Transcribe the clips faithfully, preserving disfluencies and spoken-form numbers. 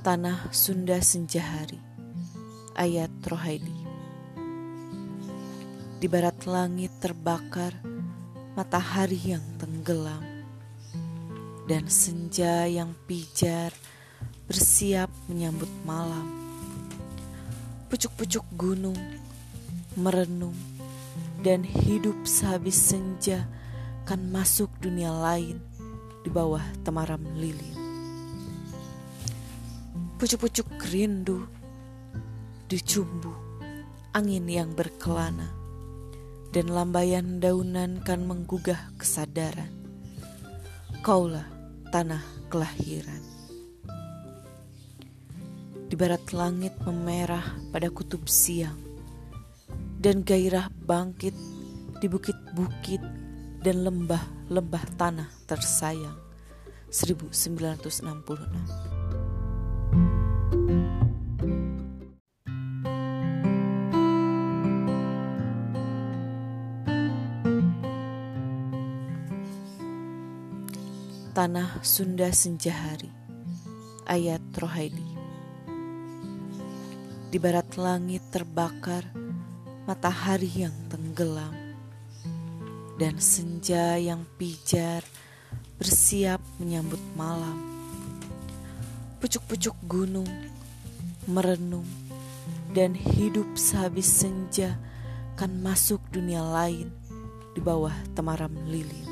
Tanah Sunda Senja Hari. Ayat Rohaili. Di barat langit terbakar matahari yang tenggelam, dan senja yang pijar bersiap menyambut malam. Pucuk-pucuk gunung merenung, dan hidup sehabis senja kan masuk dunia lain di bawah temaram lilin. Pucuk-pucuk rindu dicumbu angin yang berkelana, dan lambaian daunan kan menggugah kesadaran. Kaulah tanah kelahiran. Di barat langit memerah pada kutub siang, dan gairah bangkit di bukit-bukit dan lembah-lembah tanah tersayang. seribu sembilan ratus enam puluh enam. Tanah Sunda Senja Hari. Ayat Rohaili. Di barat langit terbakar matahari yang tenggelam, dan senja yang pijar bersiap menyambut malam. Pucuk-pucuk gunung merenung, dan hidup sehabis senja kan masuk dunia lain di bawah temaram lilin.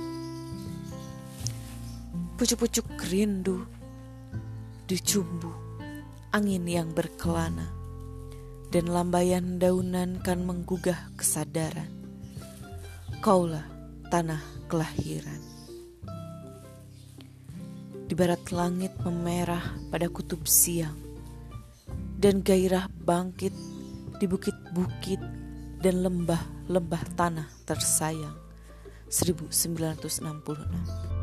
Pucuk-pucuk rindu dicumbu angin yang berkelana, dan lambaian daunan kan menggugah kesadaran. Kaulah tanah kelahiran. Di barat langit memerah pada kutub siang, dan gairah bangkit di bukit-bukit dan lembah-lembah tanah tersayang. seribu sembilan ratus enam puluh enam.